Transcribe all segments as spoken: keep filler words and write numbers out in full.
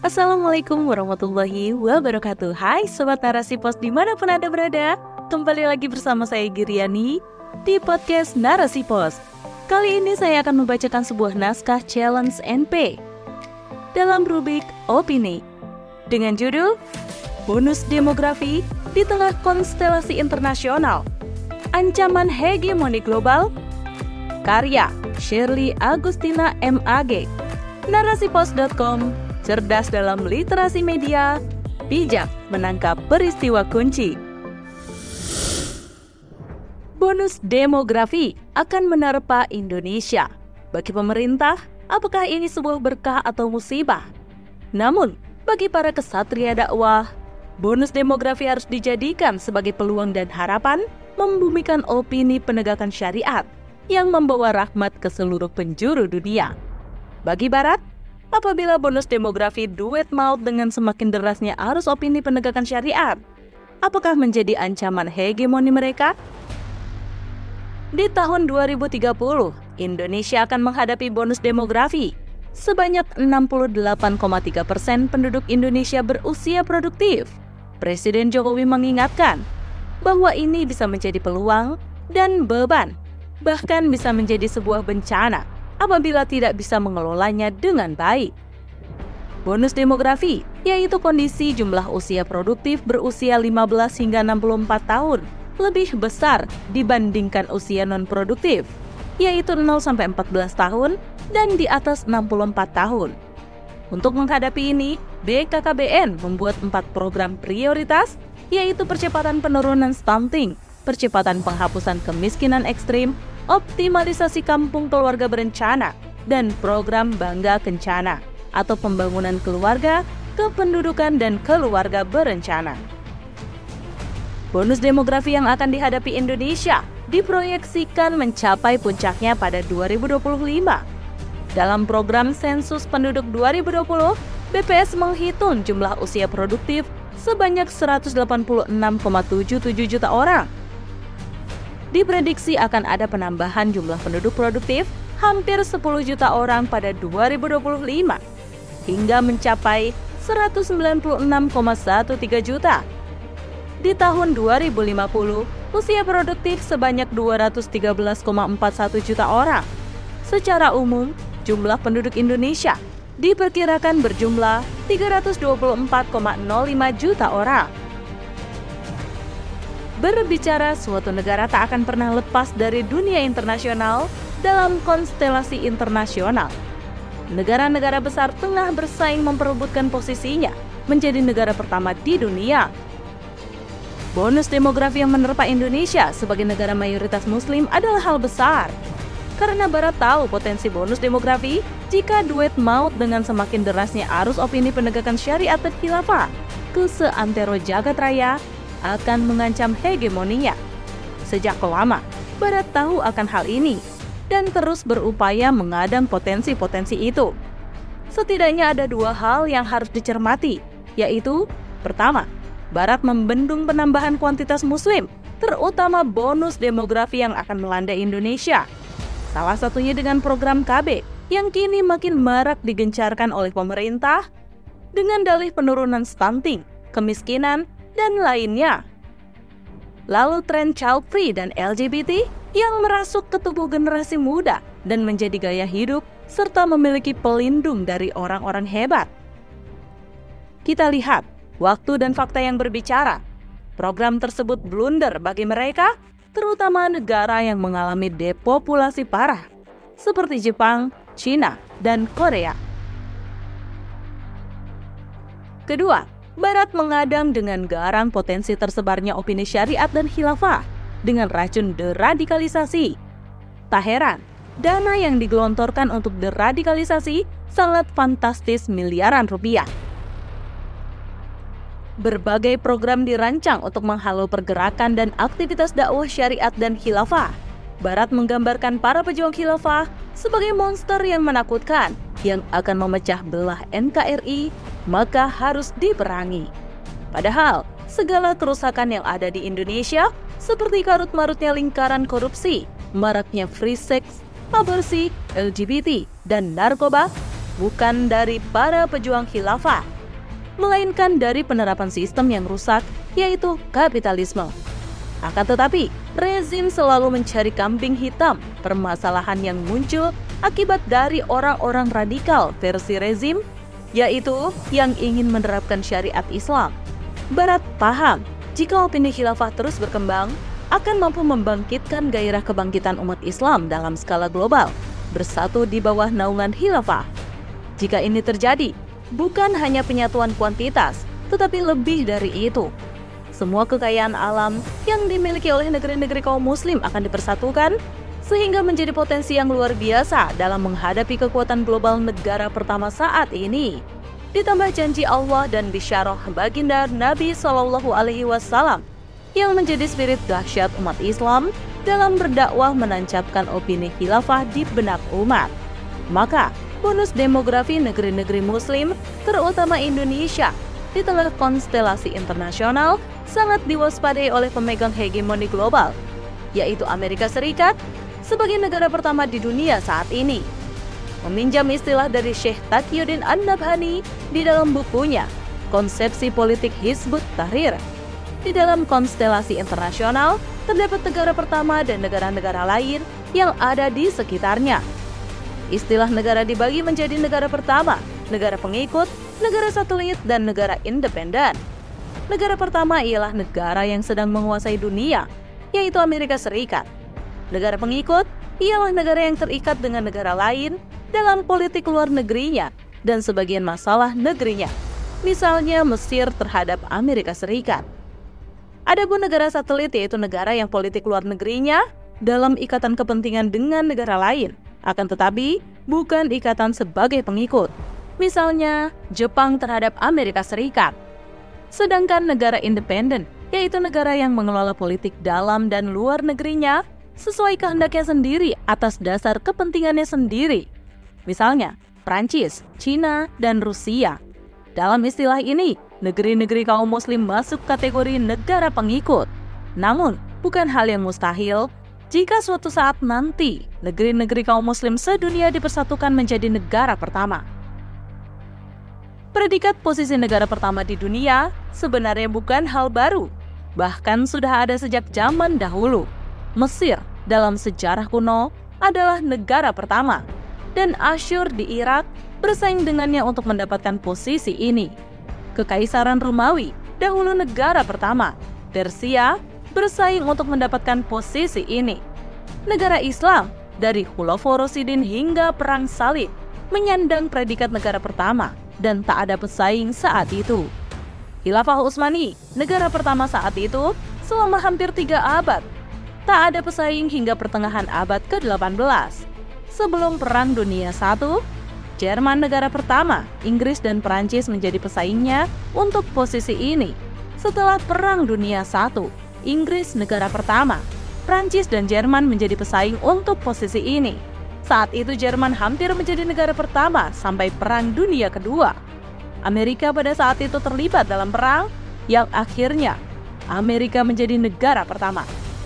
Assalamualaikum warahmatullahi wabarakatuh. Hai Sobat Narasi Pos dimanapun Anda berada. Kembali lagi bersama saya Giriani di podcast Narasi Pos. Kali ini saya akan membacakan sebuah naskah Challenge N P dalam rubrik Opini dengan judul Bonus Demografi di Tengah Konstelasi Internasional, Ancaman Hegemoni Global, karya Shirley Agustina M A.G. narasipos dot com, cerdas dalam literasi media, bijak menangkap peristiwa kunci. Bonus demografi akan menerpa Indonesia. Bagi pemerintah, apakah ini sebuah berkah atau musibah? Namun, bagi para kesatria dakwah, bonus demografi harus dijadikan sebagai peluang dan harapan membumikan opini penegakan syariat yang membawa rahmat ke seluruh penjuru dunia. Bagi Barat, apabila bonus demografi duet maut dengan semakin derasnya arus opini penegakan syariat, apakah menjadi ancaman hegemoni mereka? Di tahun dua ribu tiga puluh, Indonesia akan menghadapi bonus demografi. Sebanyak enam puluh delapan koma tiga persen penduduk Indonesia berusia produktif. Presiden Jokowi mengingatkan bahwa ini bisa menjadi peluang dan beban, bahkan bisa menjadi sebuah bencana apabila tidak bisa mengelolanya dengan baik. Bonus demografi, yaitu kondisi jumlah usia produktif berusia lima belas hingga enam puluh empat tahun, lebih besar dibandingkan usia non-produktif, yaitu nol sampai empat belas tahun dan di atas enam puluh empat tahun. Untuk menghadapi ini, B K K B N membuat empat program prioritas, yaitu percepatan penurunan stunting, percepatan penghapusan kemiskinan ekstrim, optimalisasi kampung keluarga berencana, dan program Bangga Kencana atau pembangunan keluarga, kependudukan, dan keluarga berencana. Bonus demografi yang akan dihadapi Indonesia diproyeksikan mencapai puncaknya pada dua ribu dua puluh lima. Dalam program sensus penduduk dua ribu dua puluh, B P S menghitung jumlah usia produktif sebanyak seratus delapan puluh enam koma tujuh tujuh juta orang. Diprediksi akan ada penambahan jumlah penduduk produktif hampir sepuluh juta orang pada dua ribu dua puluh lima hingga mencapai seratus sembilan puluh enam koma tiga belas juta. Di tahun dua ribu lima puluh, usia produktif sebanyak dua ratus tiga belas koma empat satu juta orang. Secara umum, jumlah penduduk Indonesia diperkirakan berjumlah tiga ratus dua puluh empat koma nol lima juta orang. Berbicara, suatu negara tak akan pernah lepas dari dunia internasional dalam konstelasi internasional. Negara-negara besar tengah bersaing memperebutkan posisinya menjadi negara pertama di dunia. Bonus demografi yang menerpa Indonesia sebagai negara mayoritas muslim adalah hal besar. Karena Barat tahu potensi bonus demografi jika duet maut dengan semakin derasnya arus opini penegakan syariat dan khilafah ke seantero jagat raya akan mengancam hegemoninya. Sejak lama, Barat tahu akan hal ini dan terus berupaya mengadang potensi-potensi itu. Setidaknya ada dua hal yang harus dicermati, yaitu pertama, Barat membendung penambahan kuantitas muslim, terutama bonus demografi yang akan melanda Indonesia. Salah satunya dengan program K B yang kini makin marak digencarkan oleh pemerintah dengan dalih penurunan stunting, kemiskinan, dan lainnya. Lalu tren child free dan L G B T yang merasuk ke tubuh generasi muda dan menjadi gaya hidup serta memiliki pelindung dari orang-orang hebat. Kita lihat waktu dan fakta yang berbicara. Program tersebut blunder bagi mereka, terutama negara yang mengalami depopulasi parah seperti Jepang, China, dan Korea. Kedua, Barat mengadang dengan garang potensi tersebarnya opini syariat dan khilafah dengan racun deradikalisasi. Tak heran, dana yang digelontorkan untuk deradikalisasi sangat fantastis miliaran rupiah. Berbagai program dirancang untuk menghalau pergerakan dan aktivitas dakwah syariat dan khilafah. Barat menggambarkan para pejuang khilafah sebagai monster yang menakutkan yang akan memecah belah N K R I, maka harus diperangi. Padahal, segala kerusakan yang ada di Indonesia, seperti karut-marutnya lingkaran korupsi, maraknya free sex, aborsi, L G B T, dan narkoba, bukan dari para pejuang khilafah, melainkan dari penerapan sistem yang rusak, yaitu kapitalisme. Akan tetapi, rezim selalu mencari kambing hitam permasalahan yang muncul akibat dari orang-orang radikal versi rezim, yaitu yang ingin menerapkan syariat Islam. Barat paham jika opini khilafah terus berkembang, akan mampu membangkitkan gairah kebangkitan umat Islam dalam skala global, bersatu di bawah naungan khilafah. Jika ini terjadi, bukan hanya penyatuan kuantitas, tetapi lebih dari itu. Semua kekayaan alam yang dimiliki oleh negeri-negeri kaum muslim akan dipersatukan, sehingga menjadi potensi yang luar biasa dalam menghadapi kekuatan global negara pertama saat ini. Ditambah janji Allah dan bisyarah baginda Nabi Shallallahu Alaihi Wasallam yang menjadi spirit dahsyat umat Islam dalam berdakwah menancapkan opini khilafah di benak umat. Maka, bonus demografi negeri-negeri muslim, terutama Indonesia, di tengah konstelasi internasional sangat diwaspadai oleh pemegang hegemoni global, yaitu Amerika Serikat, sebagai negara pertama di dunia saat ini. Meminjam istilah dari Syekh Taqiyuddin An-Nabhani di dalam bukunya, Konsepsi Politik Hizbut Tahrir. Di dalam konstelasi internasional, terdapat negara pertama dan negara-negara lain yang ada di sekitarnya. Istilah negara dibagi menjadi negara pertama, negara pengikut, negara satelit, dan negara independen. Negara pertama ialah negara yang sedang menguasai dunia, yaitu Amerika Serikat. Negara pengikut ialah negara yang terikat dengan negara lain dalam politik luar negerinya dan sebagian masalah negerinya, misalnya Mesir terhadap Amerika Serikat. Adapun negara satelit yaitu negara yang politik luar negerinya dalam ikatan kepentingan dengan negara lain, akan tetapi bukan ikatan sebagai pengikut, misalnya Jepang terhadap Amerika Serikat. Sedangkan negara independen yaitu negara yang mengelola politik dalam dan luar negerinya sesuai kehendaknya sendiri atas dasar kepentingannya sendiri, misalnya Prancis, Cina, dan Rusia. Dalam istilah ini, negeri-negeri kaum muslim masuk kategori negara pengikut. Namun, bukan hal yang mustahil jika suatu saat nanti negeri-negeri kaum muslim sedunia dipersatukan menjadi negara pertama. Predikat posisi negara pertama di dunia sebenarnya bukan hal baru. Bahkan sudah ada sejak zaman dahulu. Mesir dalam sejarah kuno adalah negara pertama, dan Asyur di Irak bersaing dengannya untuk mendapatkan posisi ini. Kekaisaran Romawi, dahulu negara pertama, Persia bersaing untuk mendapatkan posisi ini. Negara Islam, dari Khulafaur Rasyidin hingga Perang Salib, menyandang predikat negara pertama dan tak ada pesaing saat itu. Khilafah Utsmani, negara pertama saat itu, selama hampir tiga abad. Tak ada pesaing hingga pertengahan abad ke delapan belas. Sebelum Perang Dunia Satu, Jerman negara pertama, Inggris dan Perancis menjadi pesaingnya untuk posisi ini. Setelah Perang Dunia Satu, Inggris negara pertama, Perancis dan Jerman menjadi pesaing untuk posisi ini. Saat itu Jerman hampir menjadi negara pertama sampai Perang Dunia Kedua. Amerika pada saat itu terlibat dalam perang yang akhirnya Amerika menjadi negara pertama.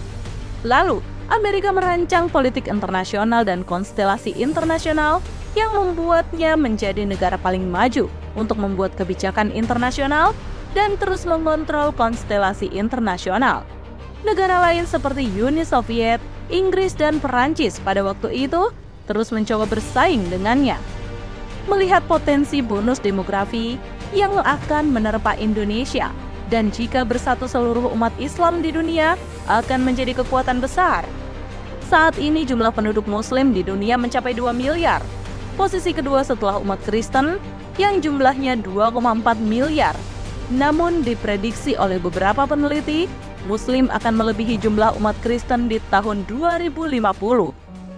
Lalu, Amerika merancang politik internasional dan konstelasi internasional yang membuatnya menjadi negara paling maju untuk membuat kebijakan internasional dan terus mengontrol konstelasi internasional. Negara lain seperti Uni Soviet, Inggris, dan Perancis pada waktu itu terus mencoba bersaing dengannya. Melihat potensi bonus demografi yang akan menerpa Indonesia, dan jika bersatu seluruh umat Islam di dunia akan menjadi kekuatan besar. Saat ini jumlah penduduk muslim di dunia mencapai dua miliar. Posisi kedua setelah umat Kristen yang jumlahnya dua koma empat miliar. Namun diprediksi oleh beberapa peneliti, Muslim akan melebihi jumlah umat Kristen di tahun dua ribu lima puluh.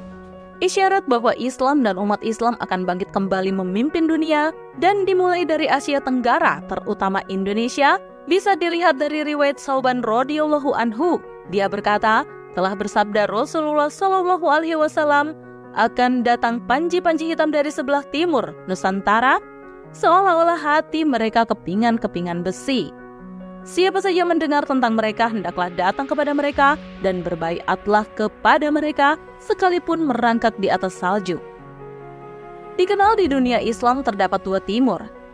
Isyarat bahwa Islam dan umat Islam akan bangkit kembali memimpin dunia dan dimulai dari Asia Tenggara, terutama Indonesia, bisa dilihat dari riwayat Sauban radhiyallahu anhu. Dia berkata, telah bersabda Rasulullah Shallallahu Alaihi Wasallam, akan datang panji-panji hitam dari sebelah timur Nusantara, seolah-olah hati mereka kepingan-kepingan besi. Siapa saja mendengar tentang mereka hendaklah datang kepada mereka dan berbaiatlah kepada mereka sekalipun merangkak di atas salju. Dikenal di dunia Islam terdapat dua timur,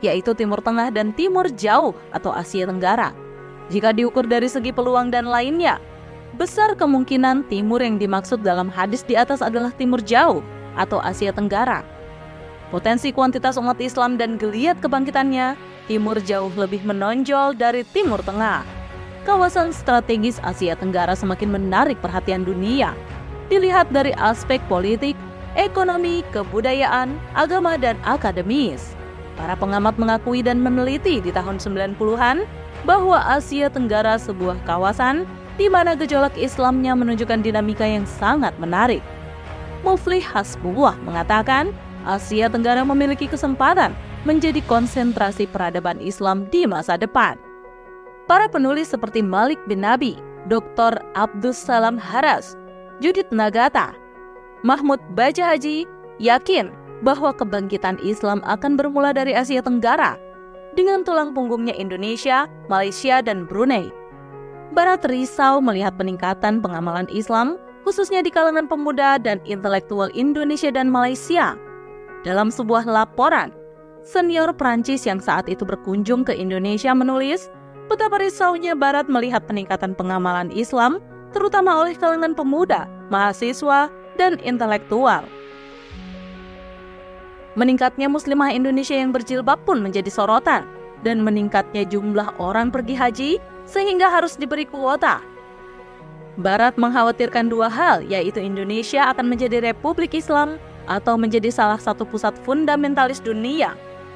yaitu Timur Tengah dan Timur Jauh atau Asia Tenggara. Jika diukur dari segi peluang dan lainnya, besar kemungkinan timur yang dimaksud dalam hadis di atas adalah Timur Jauh atau Asia Tenggara. Potensi kuantitas umat Islam dan geliat kebangkitannya, Timur Jauh lebih menonjol dari Timur Tengah. Kawasan strategis Asia Tenggara semakin menarik perhatian dunia, dilihat dari aspek politik, ekonomi, kebudayaan, agama, dan akademis. Para pengamat mengakui dan meneliti di tahun sembilan puluhan bahwa Asia Tenggara sebuah kawasan di mana gejolak Islamnya menunjukkan dinamika yang sangat menarik. Muflih Hasbullah mengatakan, Asia Tenggara memiliki kesempatan menjadi konsentrasi peradaban Islam di masa depan. Para penulis seperti Malik bin Nabi, Doktor Abdus Salam Haras, Judith Nagata, Mahmud Baja Haji yakin bahwa kebangkitan Islam akan bermula dari Asia Tenggara dengan tulang punggungnya Indonesia, Malaysia, dan Brunei. Barat risau melihat peningkatan pengamalan Islam, khususnya di kalangan pemuda dan intelektual Indonesia dan Malaysia. Dalam sebuah laporan, senior Prancis yang saat itu berkunjung ke Indonesia menulis betapa risaunya Barat melihat peningkatan pengamalan Islam, terutama oleh kalangan pemuda, mahasiswa, dan intelektual. Meningkatnya muslimah Indonesia yang berjilbab pun menjadi sorotan, dan meningkatnya jumlah orang pergi haji sehingga harus diberi kuota. Barat mengkhawatirkan dua hal, yaitu Indonesia akan menjadi Republik Islam atau menjadi salah satu pusat fundamentalis dunia.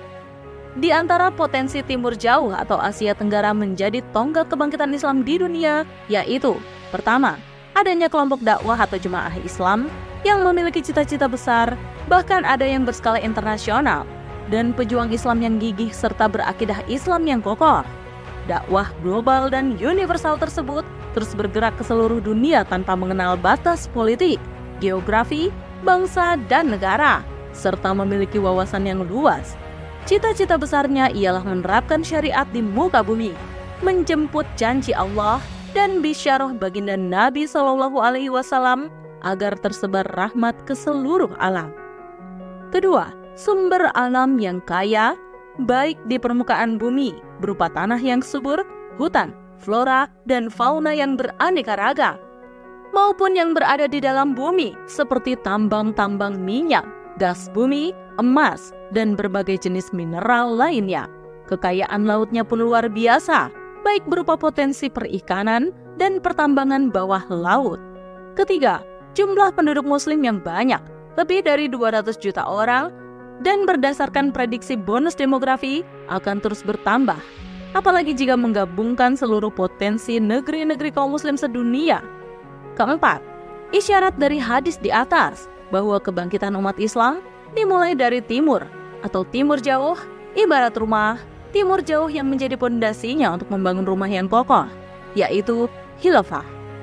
Di antara potensi Timur Jauh atau Asia Tenggara menjadi tonggak kebangkitan Islam di dunia, yaitu pertama, adanya kelompok dakwah atau jemaah Islam yang memiliki cita-cita besar, bahkan ada yang berskala internasional, dan pejuang Islam yang gigih serta berakidah Islam yang kokoh. Dakwah global dan universal tersebut terus bergerak ke seluruh dunia tanpa mengenal batas politik, geografi, bangsa, dan negara, serta memiliki wawasan yang luas. Cita-cita besarnya ialah menerapkan syariat di muka bumi, menjemput janji Allah dan bisyarah baginda Nabi Shallallahu Alaihi Wasallam agar tersebar rahmat ke seluruh alam. Kedua, sumber alam yang kaya, baik di permukaan bumi berupa tanah yang subur, hutan, flora, dan fauna yang beraneka ragam, maupun yang berada di dalam bumi seperti tambang-tambang minyak, gas bumi, emas, dan berbagai jenis mineral lainnya. Kekayaan lautnya pun luar biasa, baik berupa potensi perikanan dan pertambangan bawah laut. Ketiga, jumlah penduduk muslim yang banyak, lebih dari dua ratus juta orang, dan berdasarkan prediksi bonus demografi akan terus bertambah, apalagi jika menggabungkan seluruh potensi negeri-negeri kaum muslim sedunia. Keempat, isyarat dari hadis di atas bahwa kebangkitan umat Islam dimulai dari timur atau Timur Jauh, ibarat rumah Timur Jauh yang menjadi pondasinya untuk membangun rumah yang kokoh, yaitu khilafah.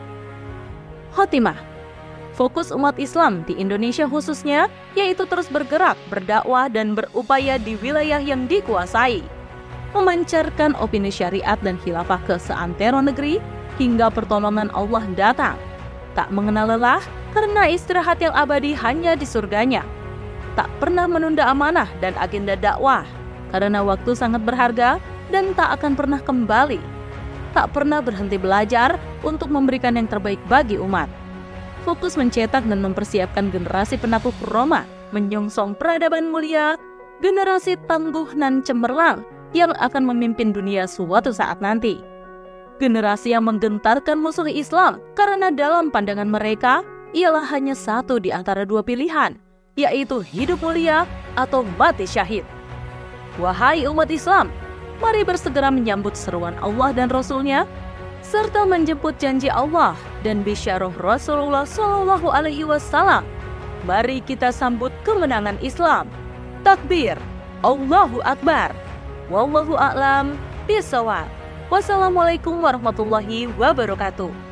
Khotimah, fokus umat Islam di Indonesia khususnya yaitu terus bergerak, berdakwah, dan berupaya di wilayah yang dikuasai, memancarkan opini syariat dan khilafah ke seantero negeri hingga pertolongan Allah datang. Tak mengenal lelah karena istirahat yang abadi hanya di surganya. Tak pernah menunda amanah dan agenda dakwah karena waktu sangat berharga dan tak akan pernah kembali. Tak pernah berhenti belajar untuk memberikan yang terbaik bagi umat. Fokus mencetak dan mempersiapkan generasi penakluk Roma, menyongsong peradaban mulia, generasi tangguh nan cemerlang yang akan memimpin dunia suatu saat nanti. Generasi yang menggentarkan musuh Islam karena dalam pandangan mereka ialah hanya satu di antara dua pilihan, yaitu hidup mulia atau mati syahid. Wahai umat Islam, mari bersegera menyambut seruan Allah dan Rasul-Nya, serta menjemput janji Allah dan bisyarah Rasulullah Shallallahu Alaihi Wasallam. Mari kita sambut kemenangan Islam. Takbir, Allahu Akbar. Wallahu a'lam bishawab. Wassalamualaikum warahmatullahi wabarakatuh.